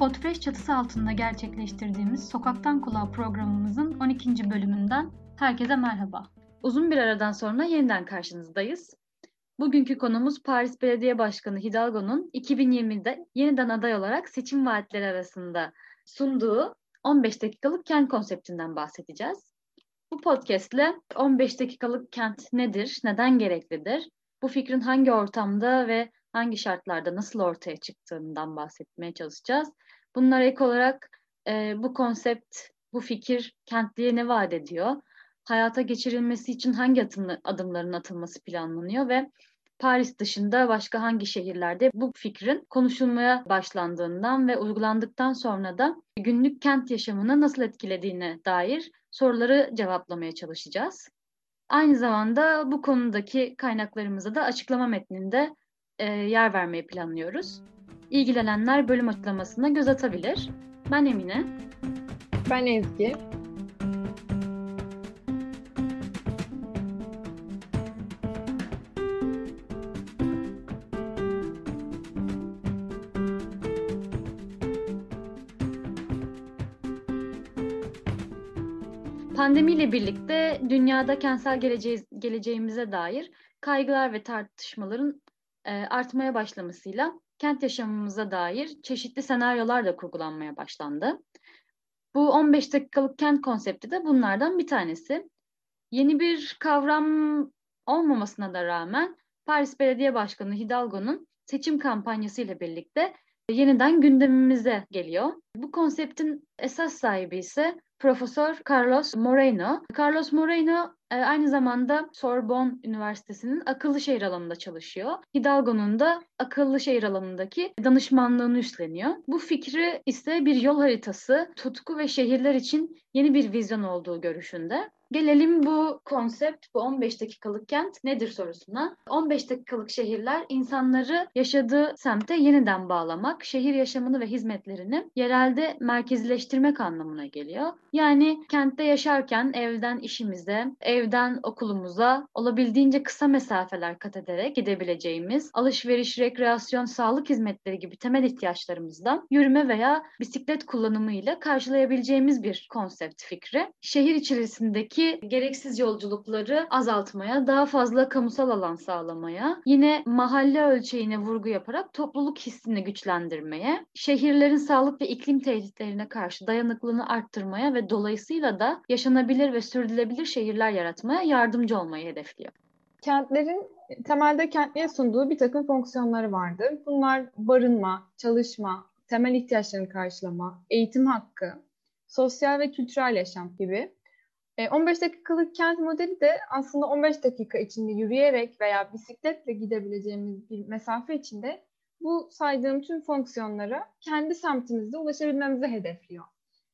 Podfresh çatısı altında gerçekleştirdiğimiz Sokaktan Kulağa programımızın 12. bölümünden herkese merhaba. Uzun bir aradan sonra yeniden karşınızdayız. Bugünkü konumuz Paris Belediye Başkanı Hidalgo'nun 2020'de yeniden aday olarak seçim vaatleri arasında sunduğu 15 dakikalık kent konseptinden bahsedeceğiz. Bu podcastle 15 dakikalık kent nedir, neden gereklidir, bu fikrin hangi ortamda ve hangi şartlarda nasıl ortaya çıktığından bahsetmeye çalışacağız. Bunlara ek olarak bu konsept, bu fikir kentliğe ne vaat ediyor? Hayata geçirilmesi için hangi adımların atılması planlanıyor ve Paris dışında başka hangi şehirlerde bu fikrin konuşulmaya başlandığından ve uygulandıktan sonra da günlük kent yaşamını nasıl etkilediğine dair soruları cevaplamaya çalışacağız. Aynı zamanda bu konudaki kaynaklarımıza da açıklama metninde yer vermeyi planlıyoruz. İlgilenenler bölüm açıklamasına göz atabilir. Ben Emine. Ben Ezgi. Pandemiyle birlikte dünyada kentsel geleceğimize dair kaygılar ve tartışmaların artmaya başlamasıyla kent yaşamımıza dair çeşitli senaryolar da kurgulanmaya başlandı. Bu 15 dakikalık kent konsepti de bunlardan bir tanesi. Yeni bir kavram olmamasına da rağmen Paris Belediye Başkanı Hidalgo'nun seçim kampanyası ile birlikte yeniden gündemimize geliyor. Bu konseptin esas sahibi ise Profesör Carlos Moreno. Carlos Moreno aynı zamanda Sorbonne Üniversitesi'nin akıllı şehir alanında çalışıyor. Hidalgo'nun da akıllı şehir alanındaki danışmanlığını üstleniyor. Bu fikri ise bir yol haritası, tutku ve şehirler için yeni bir vizyon olduğu görüşünde. Gelelim bu konsept, bu 15 dakikalık kent nedir sorusuna. 15 dakikalık şehirler insanları yaşadığı semte yeniden bağlamak, şehir yaşamını ve hizmetlerini yerelde merkezileştirmek anlamına geliyor. Yani kentte yaşarken evden işimize, evden okulumuza olabildiğince kısa mesafeler kat ederek gidebileceğimiz alışveriş, rekreasyon, sağlık hizmetleri gibi temel ihtiyaçlarımızdan yürüme veya bisiklet kullanımıyla karşılayabileceğimiz bir konsept fikri. Şehir içerisindeki gereksiz yolculukları azaltmaya, daha fazla kamusal alan sağlamaya, yine mahalle ölçeğine vurgu yaparak topluluk hissini güçlendirmeye, şehirlerin sağlık ve iklim tehditlerine karşı dayanıklılığını arttırmaya ve dolayısıyla da yaşanabilir ve sürdürülebilir şehirler yaratmaya yardımcı olmayı hedefliyor. Kentlerin temelde kentliğe sunduğu bir takım fonksiyonları vardır. Bunlar barınma, çalışma, temel ihtiyaçlarını karşılama, eğitim hakkı, sosyal ve kültürel yaşam gibi. 15 dakikalık kent modeli de aslında 15 dakika içinde yürüyerek veya bisikletle gidebileceğimiz bir mesafe içinde bu saydığım tüm fonksiyonlara kendi semtimizde ulaşabilmemizi hedefliyor.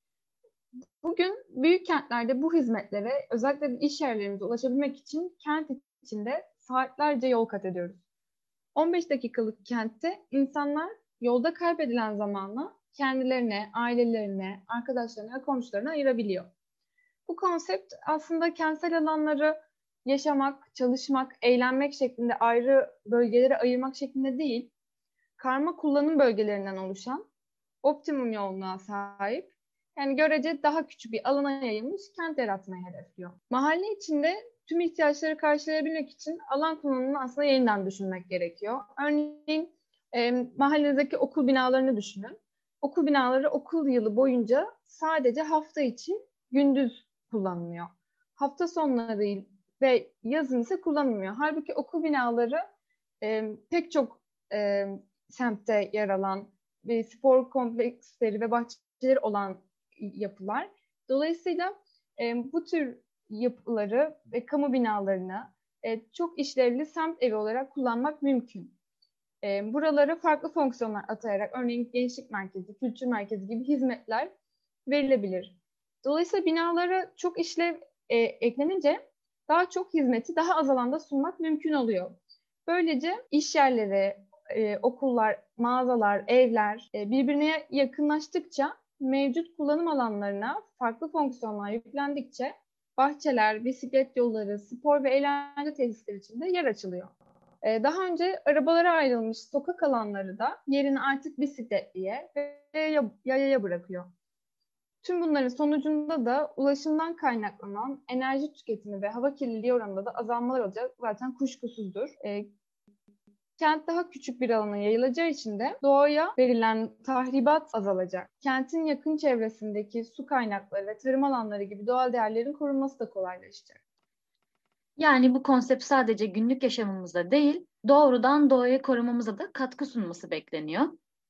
Bugün büyük kentlerde bu hizmetlere özellikle iş yerlerimize ulaşabilmek için kent içinde saatlerce yol kat ediyoruz. 15 dakikalık kentte insanlar yolda kaybedilen zamanla kendilerine, ailelerine, arkadaşlarına, komşularına ayırabiliyor. Bu konsept aslında kentsel alanları yaşamak, çalışmak, eğlenmek şeklinde ayrı bölgelere ayırmak şeklinde değil, karma kullanım bölgelerinden oluşan optimum yoğunluğa sahip, yani görece daha küçük bir alana yayılmış kent yaratmayı hedefliyor. Mahalle içinde tüm ihtiyaçları karşılayabilmek için alan kullanımını aslında yeniden düşünmek gerekiyor. Örneğin mahallenizdeki okul binalarını düşünün. Okul binaları okul yılı boyunca sadece hafta içi gündüz kullanılıyor. Hafta sonları ve yazın ise kullanılmıyor. Halbuki okul binaları pek çok semtte yer alan ve spor kompleksleri ve bahçeleri olan yapılar. Dolayısıyla bu tür yapıları ve kamu binalarını çok işlevli semt evi olarak kullanmak mümkün. Buralara farklı fonksiyonlar atayarak, örneğin gençlik merkezi, kültür merkezi gibi hizmetler verilebilir. Dolayısıyla binalara çok işlev eklenince daha çok hizmeti daha az alanda sunmak mümkün oluyor. Böylece iş yerleri, okullar, mağazalar, evler birbirine yakınlaştıkça mevcut kullanım alanlarına farklı fonksiyonlar yüklendikçe bahçeler, bisiklet yolları, spor ve eğlence tesisleri için de yer açılıyor. Daha önce arabalara ayrılmış sokak alanları da yerini artık bisikletliye ve yayaya bırakıyor. Tüm bunların sonucunda da ulaşımdan kaynaklanan enerji tüketimi ve hava kirliliği oranında da azalmalar olacak zaten kuşkusuzdur. Kent daha küçük bir alana yayılacağı için de doğaya verilen tahribat azalacak. Kentin yakın çevresindeki su kaynakları ve tarım alanları gibi doğal değerlerin korunması da kolaylaşacak. Yani bu konsept sadece günlük yaşamımızda değil, doğrudan doğayı korumamıza da katkı sunması bekleniyor.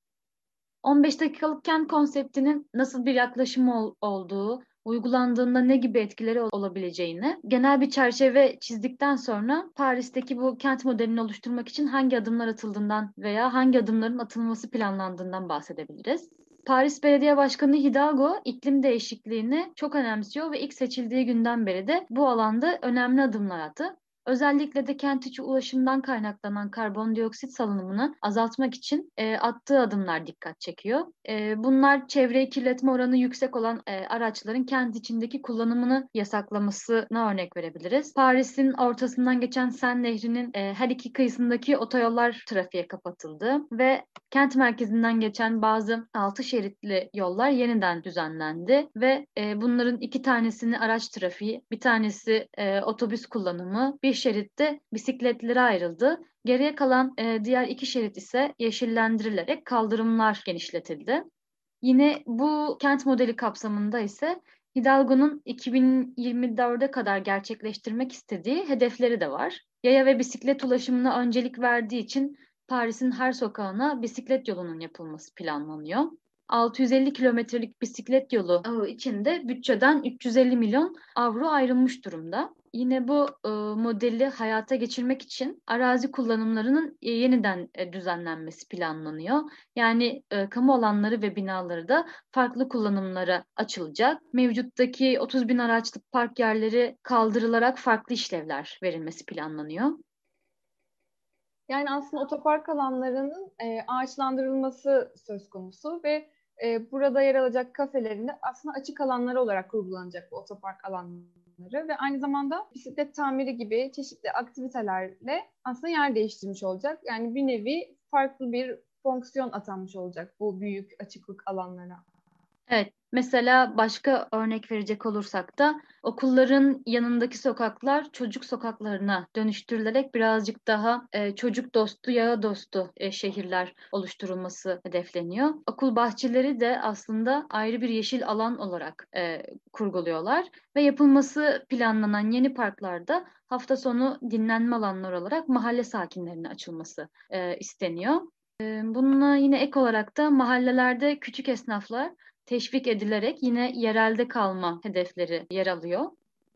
15 dakikalık kent konseptinin nasıl bir yaklaşım olduğu, uygulandığında ne gibi etkileri olabileceğini genel bir çerçeve çizdikten sonra Paris'teki bu kent modelini oluşturmak için hangi adımlar atıldığından veya hangi adımların atılması planlandığından bahsedebiliriz. Paris Belediye Başkanı Hidalgo iklim değişikliğini çok önemsiyor ve ilk seçildiği günden beri de bu alanda önemli adımlar attı. Özellikle de kent içi ulaşımdan kaynaklanan karbondioksit salınımını azaltmak için attığı adımlar dikkat çekiyor. Bunlar çevreyi kirletme oranı yüksek olan araçların kent içindeki kullanımını yasaklamasına örnek verebiliriz. Paris'in ortasından geçen Sen Nehri'nin her iki kıyısındaki otoyollar trafiğe kapatıldı ve kent merkezinden geçen bazı 6 şeritli yollar yeniden düzenlendi ve bunların 2 tanesini araç trafiği, bir tanesi otobüs kullanımı, bir şeritte bisikletlere ayrıldı. Geriye kalan diğer 2 şerit ise yeşillendirilerek kaldırımlar genişletildi. Yine bu kent modeli kapsamında ise Hidalgo'nun 2024'e kadar gerçekleştirmek istediği hedefleri de var. Yaya ve bisiklet ulaşımına öncelik verdiği için Paris'in her sokağına bisiklet yolunun yapılması planlanıyor. 650 kilometrelik bisiklet yolu için de bütçeden 350 milyon avro ayrılmış durumda. Yine bu modeli hayata geçirmek için arazi kullanımlarının yeniden düzenlenmesi planlanıyor. Yani kamu alanları ve binaları da farklı kullanımlara açılacak. Mevcuttaki 30 bin araçlık park yerleri kaldırılarak farklı işlevler verilmesi planlanıyor. Yani aslında otopark alanlarının ağaçlandırılması söz konusu ve burada yer alacak kafelerin de aslında açık alanlar olarak kurgulanacak bu otopark alanları ve aynı zamanda bisiklet tamiri gibi çeşitli aktivitelerle aslında yer değiştirmiş olacak. Yani bir nevi farklı bir fonksiyon atanmış olacak bu büyük açıklık alanlara. Evet, mesela başka örnek verecek olursak da okulların yanındaki sokaklar çocuk sokaklarına dönüştürülerek birazcık daha çocuk dostu, yaya dostu şehirler oluşturulması hedefleniyor. Okul bahçeleri de aslında ayrı bir yeşil alan olarak kurguluyorlar ve yapılması planlanan yeni parklarda hafta sonu dinlenme alanları olarak mahalle sakinlerine açılması isteniyor. Bununla yine ek olarak da mahallelerde küçük esnaflar teşvik edilerek yine yerelde kalma hedefleri yer alıyor.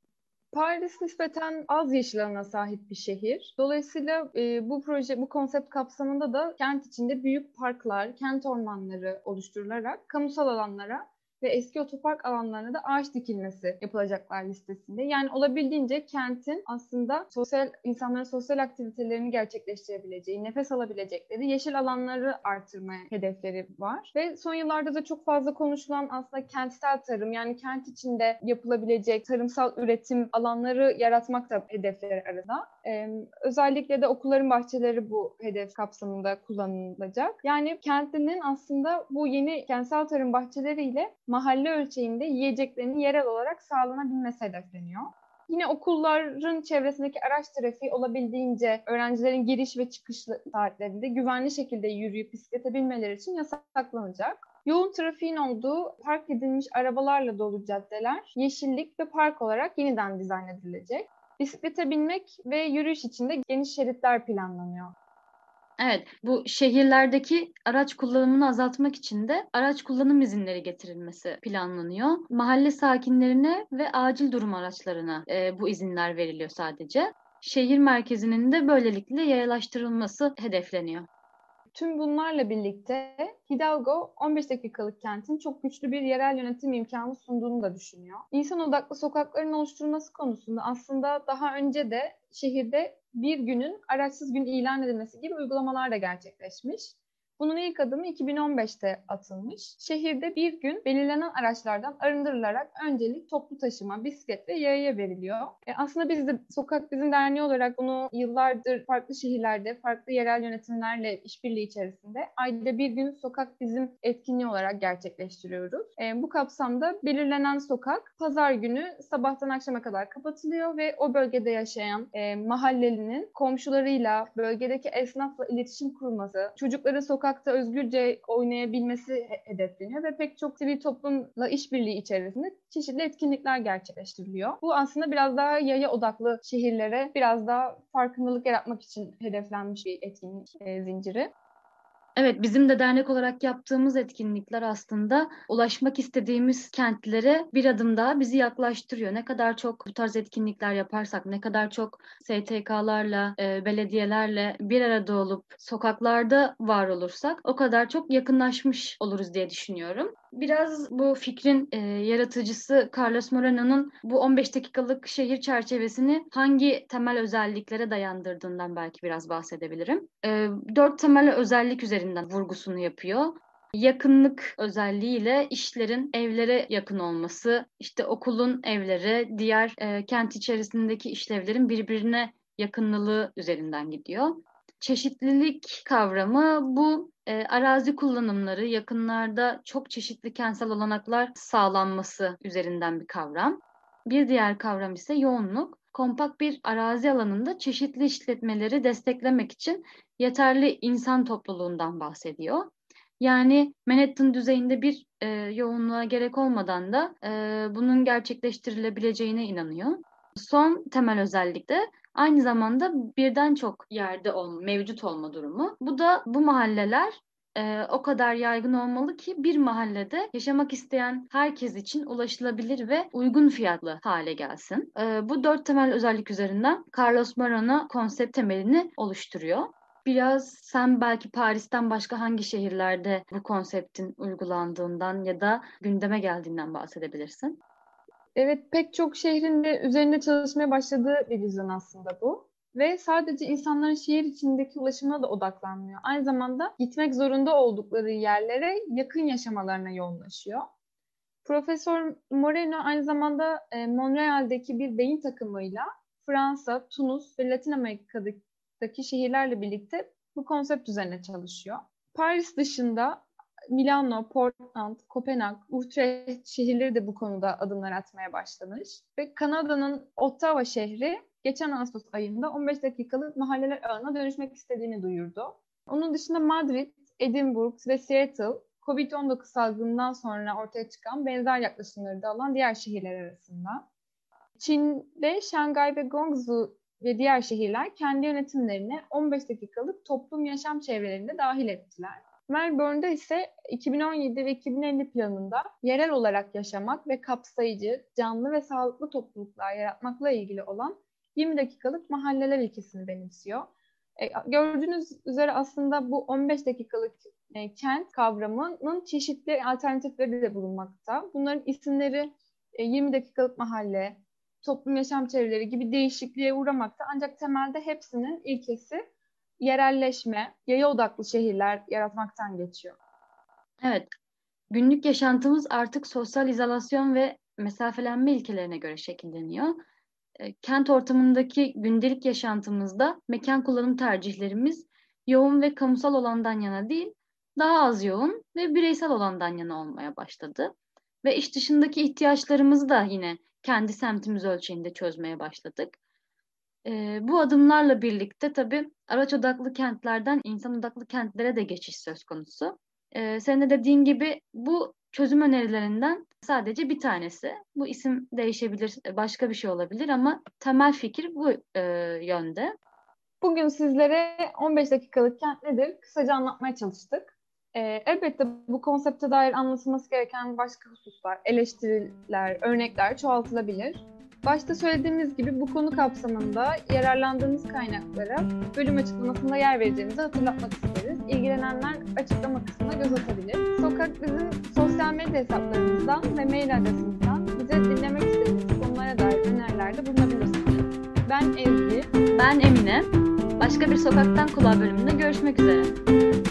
Paris nispeten az yeşil alana sahip bir şehir. Dolayısıyla bu konsept kapsamında da kent içinde büyük parklar, kent ormanları oluşturularak kamusal alanlara ve eski otopark alanlarına da ağaç dikilmesi yapılacaklar listesinde. Yani olabildiğince kentin aslında insanların sosyal aktivitelerini gerçekleştirebileceği, nefes alabilecekleri yeşil alanları artırmaya hedefleri var. Ve son yıllarda da çok fazla konuşulan aslında kentsel tarım, yani kent içinde yapılabilecek tarımsal üretim alanları yaratmak da hedefleri arasında. Özellikle de okulların bahçeleri bu hedef kapsamında kullanılacak. Yani kentlinin aslında bu yeni kentsel tarım bahçeleriyle mahalle ölçeğinde yiyeceklerinin yerel olarak sağlanabilmesi hedefleniyor. Yine okulların çevresindeki araç trafiği olabildiğince öğrencilerin giriş ve çıkış saatlerinde güvenli şekilde yürüyüp bisiklete binmeleri için yasaklanacak. Yoğun trafiğin olduğu park edilmiş arabalarla dolu caddeler yeşillik ve park olarak yeniden dizayn edilecek. Bisiklete binmek ve yürüyüş için de geniş şeritler planlanıyor. Evet, bu şehirlerdeki araç kullanımını azaltmak için de araç kullanım izinleri getirilmesi planlanıyor. Mahalle sakinlerine ve acil durum araçlarına bu izinler veriliyor sadece. Şehir merkezinin de böylelikle yayalaştırılması hedefleniyor. Tüm bunlarla birlikte Hidalgo 15 dakikalık kentin çok güçlü bir yerel yönetim imkanı sunduğunu da düşünüyor. İnsan odaklı sokakların oluşturulması konusunda aslında daha önce de şehirde bir günün araçsız gün ilan edilmesi gibi uygulamalar da gerçekleşmiş. Bunun ilk adımı 2015'te atılmış. Şehirde bir gün belirlenen araçlardan arındırılarak öncelik toplu taşıma, bisiklet ve yaya veriliyor. Aslında biz de Sokak Bizim Derneği olarak bunu yıllardır farklı şehirlerde, farklı yerel yönetimlerle işbirliği içerisinde ayda bir gün Sokak Bizim etkinliği olarak gerçekleştiriyoruz. Bu kapsamda belirlenen sokak pazar günü sabahtan akşama kadar kapatılıyor ve o bölgede yaşayan mahallelinin komşularıyla, bölgedeki esnafla iletişim kurması, çocukların sokakta özgürce oynayabilmesi hedefleniyor ve pek çok sivil toplumla işbirliği içerisinde çeşitli etkinlikler gerçekleştiriliyor. Bu aslında biraz daha yaya odaklı şehirlere biraz daha farkındalık yaratmak için hedeflenmiş bir etkinlik zinciri. Evet, bizim de dernek olarak yaptığımız etkinlikler aslında ulaşmak istediğimiz kentlere bir adım daha bizi yaklaştırıyor. Ne kadar çok bu tarz etkinlikler yaparsak, ne kadar çok STK'larla, belediyelerle bir arada olup sokaklarda var olursak o kadar çok yakınlaşmış oluruz diye düşünüyorum. Biraz bu fikrin yaratıcısı Carlos Moreno'nun bu 15 dakikalık şehir çerçevesini hangi temel özelliklere dayandırdığından belki biraz bahsedebilirim. 4 temel özellik üzerinden vurgusunu yapıyor. Yakınlık özelliğiyle işlerin evlere yakın olması, işte okulun evlere, diğer kent içerisindeki işlevlerin birbirine yakınlığı üzerinden gidiyor. Çeşitlilik kavramı bu arazi kullanımları, yakınlarda çok çeşitli kentsel olanaklar sağlanması üzerinden bir kavram. Bir diğer kavram ise yoğunluk. Kompakt bir arazi alanında çeşitli işletmeleri desteklemek için yeterli insan topluluğundan bahsediyor. Yani Manhattan düzeyinde bir yoğunluğa gerek olmadan da bunun gerçekleştirilebileceğine inanıyor. Son temel özellik de aynı zamanda birden çok yerde mevcut olma durumu. Bu da bu mahalleler o kadar yaygın olmalı ki bir mahallede yaşamak isteyen herkes için ulaşılabilir ve uygun fiyatlı hale gelsin. Bu 4 temel özellik üzerinden Carlos Moreno konsept temelini oluşturuyor. Biraz sen belki Paris'ten başka hangi şehirlerde bu konseptin uygulandığından ya da gündeme geldiğinden bahsedebilirsin? Evet, pek çok şehrin de üzerinde çalışmaya başladığı bir vizyon aslında bu. Ve sadece insanların şehir içindeki ulaşımına da odaklanmıyor. Aynı zamanda gitmek zorunda oldukları yerlere yakın yaşamalarına yoğunlaşıyor. Profesör Moreno aynı zamanda Montreal'deki bir beyin takımıyla Fransa, Tunus ve Latin Amerika'daki şehirlerle birlikte bu konsept üzerine çalışıyor. Paris dışında Milano, Portland, Kopenhag, Utrecht şehirleri de bu konuda adımlar atmaya başlamış. Ve Kanada'nın Ottawa şehri geçen Ağustos ayında 15 dakikalık mahalleler ağına dönüşmek istediğini duyurdu. Onun dışında Madrid, Edinburgh ve Seattle, Covid-19 salgından sonra ortaya çıkan benzer yaklaşımları da alan diğer şehirler arasında. Çin'de Şangay ve Guangzhou ve diğer şehirler kendi yönetimlerine 15 dakikalık toplum yaşam çevrelerinde dahil ettiler. Melbourne'de ise 2017 ve 2050 planında yerel olarak yaşamak ve kapsayıcı, canlı ve sağlıklı topluluklar yaratmakla ilgili olan 20 dakikalık mahalleler ilkesini benimsiyor. Gördüğünüz üzere aslında bu 15 dakikalık kent kavramının çeşitli alternatifleri de bulunmakta. Bunların isimleri 20 dakikalık mahalle, toplum yaşam çevreleri gibi değişikliğe uğramakta. Ancak temelde hepsinin ilkesi yerelleşme, yaya odaklı şehirler yaratmaktan geçiyor. Evet, günlük yaşantımız artık sosyal izolasyon ve mesafelenme ilkelerine göre şekilleniyor. Kent ortamındaki gündelik yaşantımızda mekan kullanım tercihlerimiz yoğun ve kamusal olandan yana değil, daha az yoğun ve bireysel olandan yana olmaya başladı. Ve iş dışındaki ihtiyaçlarımızı da yine kendi semtimiz ölçeğinde çözmeye başladık. Bu adımlarla birlikte tabii araç odaklı kentlerden insan odaklı kentlere de geçiş söz konusu. Senin de dediğin gibi bu çözüm önerilerinden sadece bir tanesi. Bu isim değişebilir, başka bir şey olabilir ama temel fikir bu yönde. Bugün sizlere 15 dakikalık kent nedir kısaca anlatmaya çalıştık. Elbette bu konsepte dair anlatılması gereken başka hususlar, eleştiriler, örnekler çoğaltılabilir. Başta söylediğimiz gibi bu konu kapsamında yararlandığımız kaynaklara bölüm açıklamasında yer vereceğimizi hatırlatmak isteriz. İlgilenenler açıklama kısmına göz atabilir. Sokak Bizim sosyal medya hesaplarımızdan ve mail adresimizden bize dinlemek istediğiniz konulara dair önerilerde bulunabilirsiniz. Ben Ezgi. Ben Emine. Başka bir Sokaktan Kulağa bölümünde görüşmek üzere.